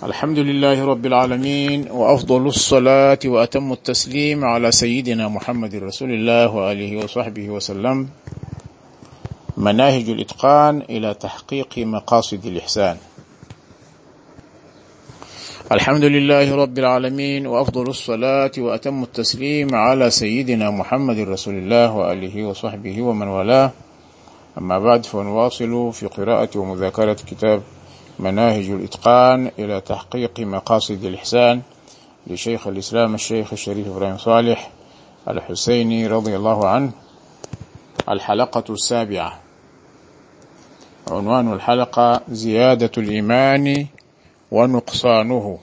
الحمد لله رب العالمين، وأفضل الصلاة وأتم التسليم على سيدنا محمد رسول الله وآله وصحبه وسلم. مناهج الإتقان إلى تحقيق مقاصد الإحسان. الحمد لله رب العالمين، وأفضل الصلاة وأتم التسليم على سيدنا محمد رسول الله وآله وصحبه ومن والاه. أما بعد، فنواصل في قراءة ومذاكرة كتاب مناهج الإتقان إلى تحقيق مقاصد الإحسان لشيخ الإسلام الشيخ الشريف إبراهيم صالح الحسيني رضي الله عنه. الحلقة السابعة. عنوان الحلقة: زيادة الإيمان ونقصانه.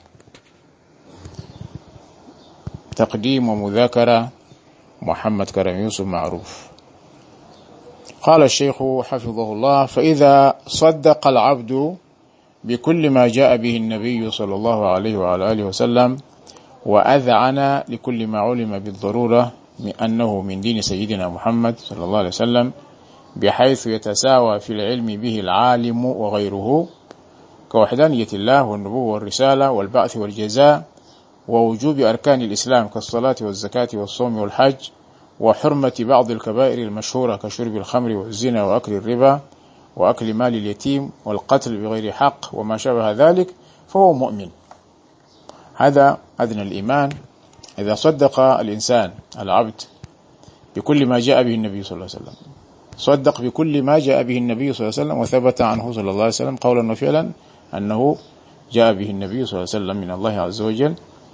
تقديم ومذاكرة محمد كرم يوسف معروف. قال الشيخ حفظه الله: فإذا صدق العبد بكل ما جاء به النبي صلى الله عليه وعلى آله وسلم، وأذعن لكل ما علم بالضرورة من أنه من دين سيدنا محمد صلى الله عليه وسلم، بحيث يتساوى في العلم به العالم وغيره، كوحدانية الله والنبوة والرسالة والبعث والجزاء، ووجوب أركان الإسلام كالصلاة والزكاة والصوم والحج، وحرمة بعض الكبائر المشهورة كشرب الخمر والزنا وأكل الربا وأكل مال اليتيم والقتل بغير حق وما شابه ذلك، فهو مؤمن. هذا أدنى الإيمان. إذا صدق الإنسان العبد بكل ما جاء به النبي صلى الله عليه وسلم، صدق بكل ما جاء به النبي صلى الله عليه وسلم، وثبت عنه صلى الله عليه وسلم قولا وفعلا أنه جاء به النبي صلى الله عليه وسلم من الله عز وجل،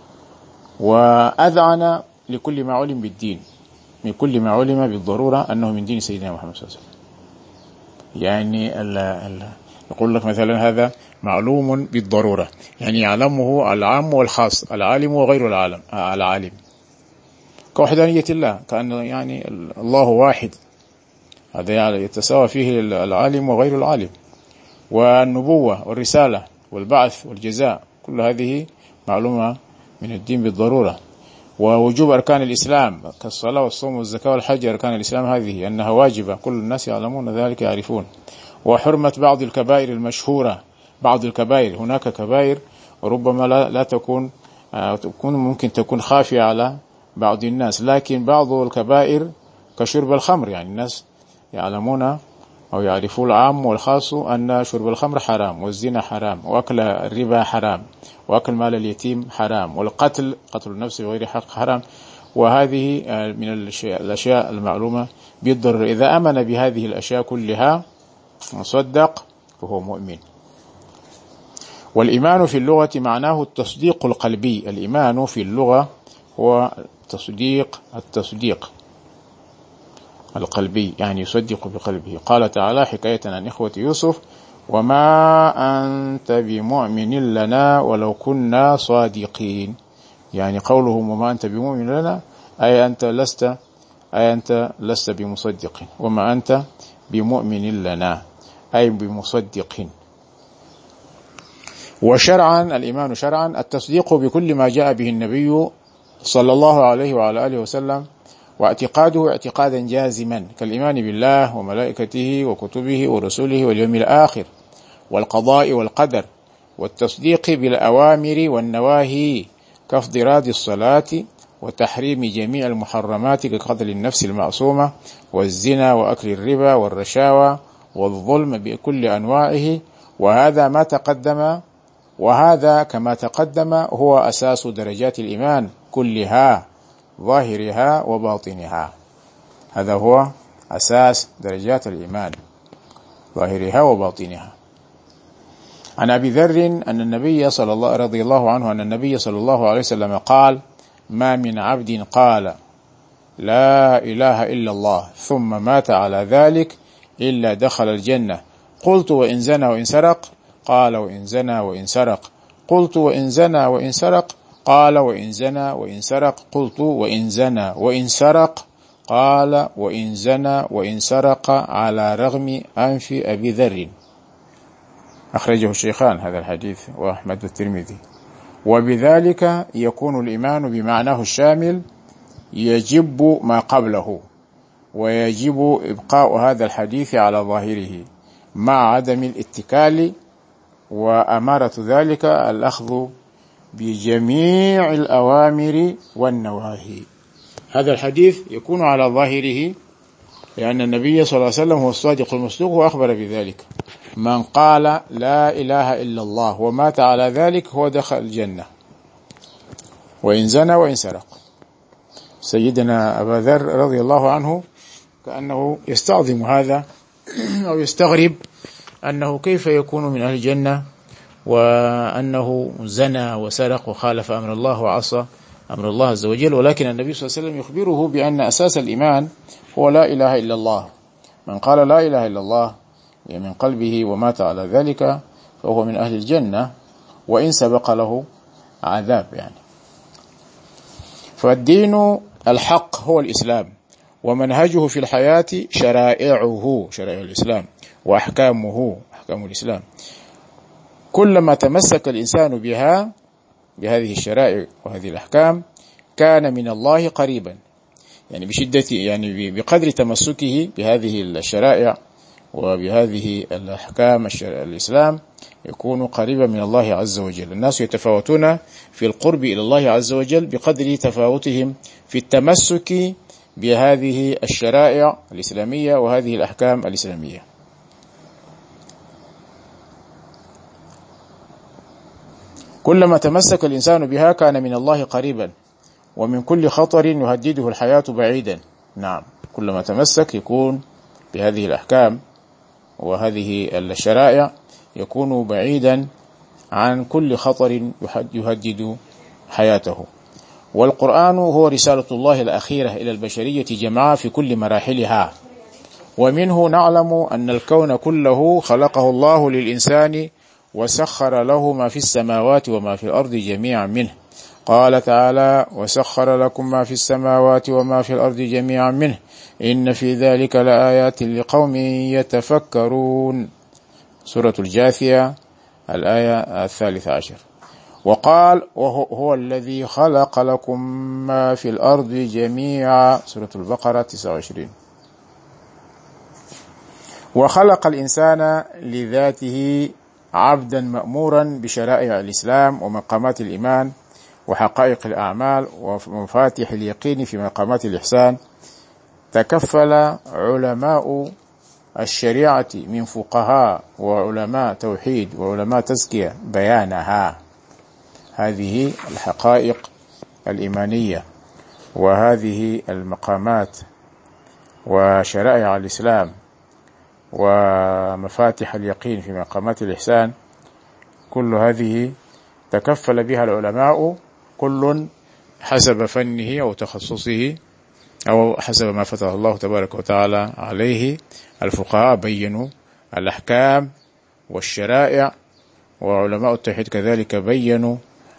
وأذعن لكل ما علم بالدين، من كل ما علم بالضرورة أنه من دين سيدنا محمد صلى الله عليه وسلم. يعني يقول لك مثلا هذا معلوم بالضرورة، يعني يعلمه العام والخاص، العالم وغير العالم، كوحدانية الله، كأن يعني الله واحد، هذا يعني يتساوى فيه العالم وغير العالم، والنبوة والرسالة والبعث والجزاء، كل هذه معلومة من الدين بالضرورة. ووجوب أركان الإسلام كالصلاة والصوم والزكاة والحج، أركان الإسلام هذه أنها واجبة، كل الناس يعلمون ذلك يعرفون. وحرمة بعض الكبائر المشهورة، بعض الكبائر، هناك كبائر وربما لا تكون ممكن تكون خافية على بعض الناس، لكن بعض الكبائر كشرب الخمر، يعني الناس يعلمون أو يعرفون العام والخاص أن شرب الخمر حرام، والزنا حرام، وأكل الربا حرام، وأكل مال اليتيم حرام، والقتل، قتل النفس بغير حق حرام. وهذه من الأشياء المعلومة بالضرورة. إذا آمن بهذه الأشياء كلها وصدق فهو مؤمن. والإيمان في اللغة معناه التصديق القلبي. الإيمان في اللغة هو التصديق القلبي، يعني يصدق بقلبه. قال تعالى حكاية عن إخوة يوسف: وما أنت بمؤمن لنا ولو كنا صادقين. يعني قولهم وما أنت بمؤمن لنا أي أنت لست بمصدق، وما أنت بمؤمن لنا أي بمصدق. وشرعا، الإيمان شرعا التصديق بكل ما جاء به النبي صلى الله عليه وعلى آله وسلم، واعتقاده اعتقادا جازما كالإيمان بالله وملائكته وكتبه ورسله واليوم الآخر والقضاء والقدر، والتصديق بالأوامر والنواهي كافتراض الصلاة وتحريم جميع المحرمات كقتل النفس المعصومة والزنا وأكل الربا والرشاوى والظلم بكل أنواعه. وهذا كما تقدم هو أساس درجات الإيمان كلها، ظاهرها وباطنها. هذا هو أساس درجات الإيمان، ظاهرها وباطنها. عن أبي ذر أن النبي رضي الله عنه أن النبي صلى الله عليه وسلم قال: ما من عبد قال لا إله إلا الله ثم مات على ذلك إلا دخل الجنة. قلت: وإن زنى وإن سرق؟ قال: وإن زنى وإن سرق. قلت: وإن زنى وإن سرق؟ قال: وإن زنى وإن سرق. قلت: وإن زنى وإن سرق؟ قال: وإن زنى وإن سرق على رغم أنف أبي ذر. أخرجه الشيخان هذا الحديث، وأحمد والترمذي. وبذلك يكون الإيمان بمعناه الشامل، يجب ما قبله، ويجب إبقاء هذا الحديث على ظاهره مع عدم الاتكال وأمارة ذلك الأخذ بجميع الأوامر والنواهي. هذا الحديث يكون على ظاهره لأن النبي صلى الله عليه وسلم هو الصادق المصدوق وأخبر بذلك. من قال لا إله إلا الله ومات على ذلك هو دخل الجنة وإن زنى وإن سرق. سيدنا أبا ذر رضي الله عنه كأنه يستعظم هذا أو يستغرب أنه كيف يكون من أهل الجنة وأنه زنى وسرق وخالف أمر الله وعصى أمر الله عز وجل، ولكن النبي صلى الله عليه وسلم يخبره بأن أساس الإيمان هو لا إله إلا الله. من قال لا إله إلا الله من قلبه ومات على ذلك فهو من أهل الجنة وإن سبق له عذاب يعني. فالدين الحق هو الإسلام، ومنهجه في الحياة شرائعه، شرائع الإسلام، وأحكامه، أحكام الإسلام. كلما تمسك الإنسان بهذه الشرائع وهذه الأحكام كان من الله قريبا، يعني بشدة، يعني بقدر تمسكه بهذه الشرائع وبهذه الأحكام الإسلام يكون قريبا من الله عز وجل. الناس يتفاوتون في القرب إلى الله عز وجل بقدر تفاوتهم في التمسك بهذه الشرائع الإسلامية وهذه الأحكام الإسلامية. كلما تمسك الإنسان بها كان من الله قريبا ومن كل خطر يهدده الحياة بعيدا. نعم، كلما تمسك يكون بهذه الأحكام وهذه الشرائع يكون بعيدا عن كل خطر يهدد حياته. والقرآن هو رسالة الله الأخيرة إلى البشرية جمعاء في كل مراحلها، ومنه نعلم أن الكون كله خلقه الله للإنسان وسخر له ما في السماوات وما في الأرض جميعا منه. قال تعالى: وسخر لكم ما في السماوات وما في الأرض جميعا منه إن في ذلك لآيات لقوم يتفكرون. سورة الجاثية الآية 13. وقال: وهو الذي خلق لكم ما في الأرض جميعا. سورة البقرة 29. وخلق الإنسان لذاته عبدا مأمورا بشرائع الإسلام ومقامات الإيمان وحقائق الأعمال ومفاتيح اليقين في مقامات الإحسان. تكفل علماء الشريعة من فقهاء وعلماء توحيد وعلماء تزكية بيانها، هذه الحقائق الإيمانية وهذه المقامات وشرائع الإسلام ومفاتيح اليقين في مقامات الإحسان. كل هذه تكفل بها العلماء كل حسب فنه أو تخصصه أو حسب ما فتح الله تبارك وتعالى عليه. الفقهاء بيّنوا الأحكام والشرائع، وعلماء التوحيد كذلك بيّنوا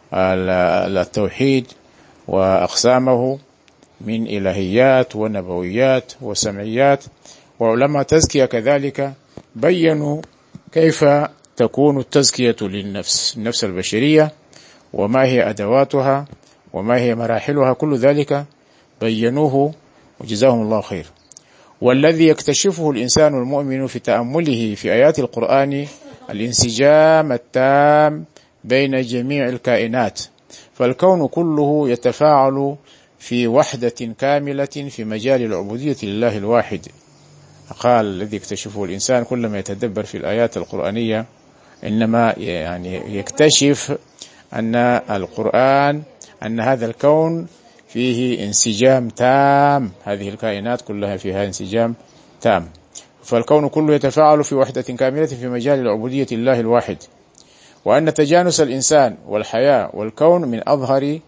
التوحيد وأقسامه من إلهيات ونبويات وسمعيات، وعلماء التزكية كذلك بيّنوا كيف تكون التزكية للنفس، النفس البشرية، وما هي أدواتها وما هي مراحلها، كل ذلك بيّنوه وجزاهم الله خير. والذي يكتشفه الإنسان المؤمن في تأمله في آيات القرآن الانسجام التام بين جميع الكائنات، فالكون كله يتفاعل في وحدة كاملة في مجال العبودية لله الواحد. قال: الذي يكتشفه الإنسان كلما يتدبر في الآيات القرآنية إنما يعني يكتشف أن القرآن، أن هذا الكون فيه انسجام تام، هذه الكائنات كلها فيها انسجام تام، فالكون كله يتفاعل في وحدة كاملة في مجال العبودية لله الواحد. وأن تجانس الإنسان والحياة والكون من أظهر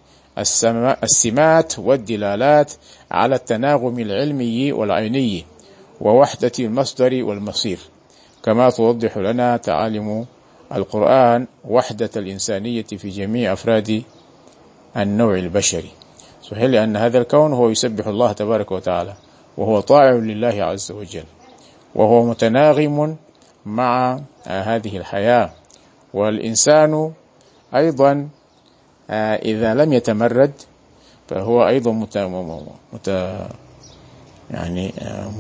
السمات والدلالات على التناغم العلمي والعيني ووحدة المصدر والمصير، كما توضح لنا تعاليم القرآن وحدة الإنسانية في جميع أفراد النوع البشري. صحيح، لأن هذا الكون هو يسبح الله تبارك وتعالى، وهو طاعع لله عز وجل، وهو متناغم مع هذه الحياة. والإنسان أيضا إذا لم يتمرد فهو أيضا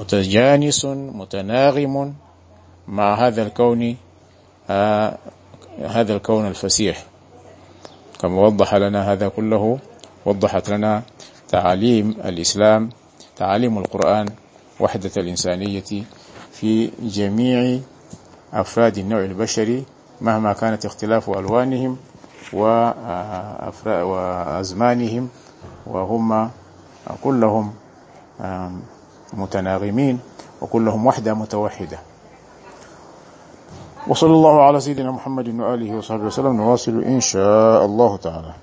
متجانس متناغم مع هذا الكون هذا الكون الفسيح، كما وضح لنا هذا كله، وضحت لنا تعاليم الإسلام، تعاليم القرآن، وحدة الإنسانية في جميع أفراد النوع البشري مهما كانت اختلاف ألوانهم وأزمانهم، وهم كلهم متناغمين وكلهم وحدة متوحدة. وصلى الله على سيدنا محمد وآله وصحبه وسلم. نواصل إن شاء الله تعالى.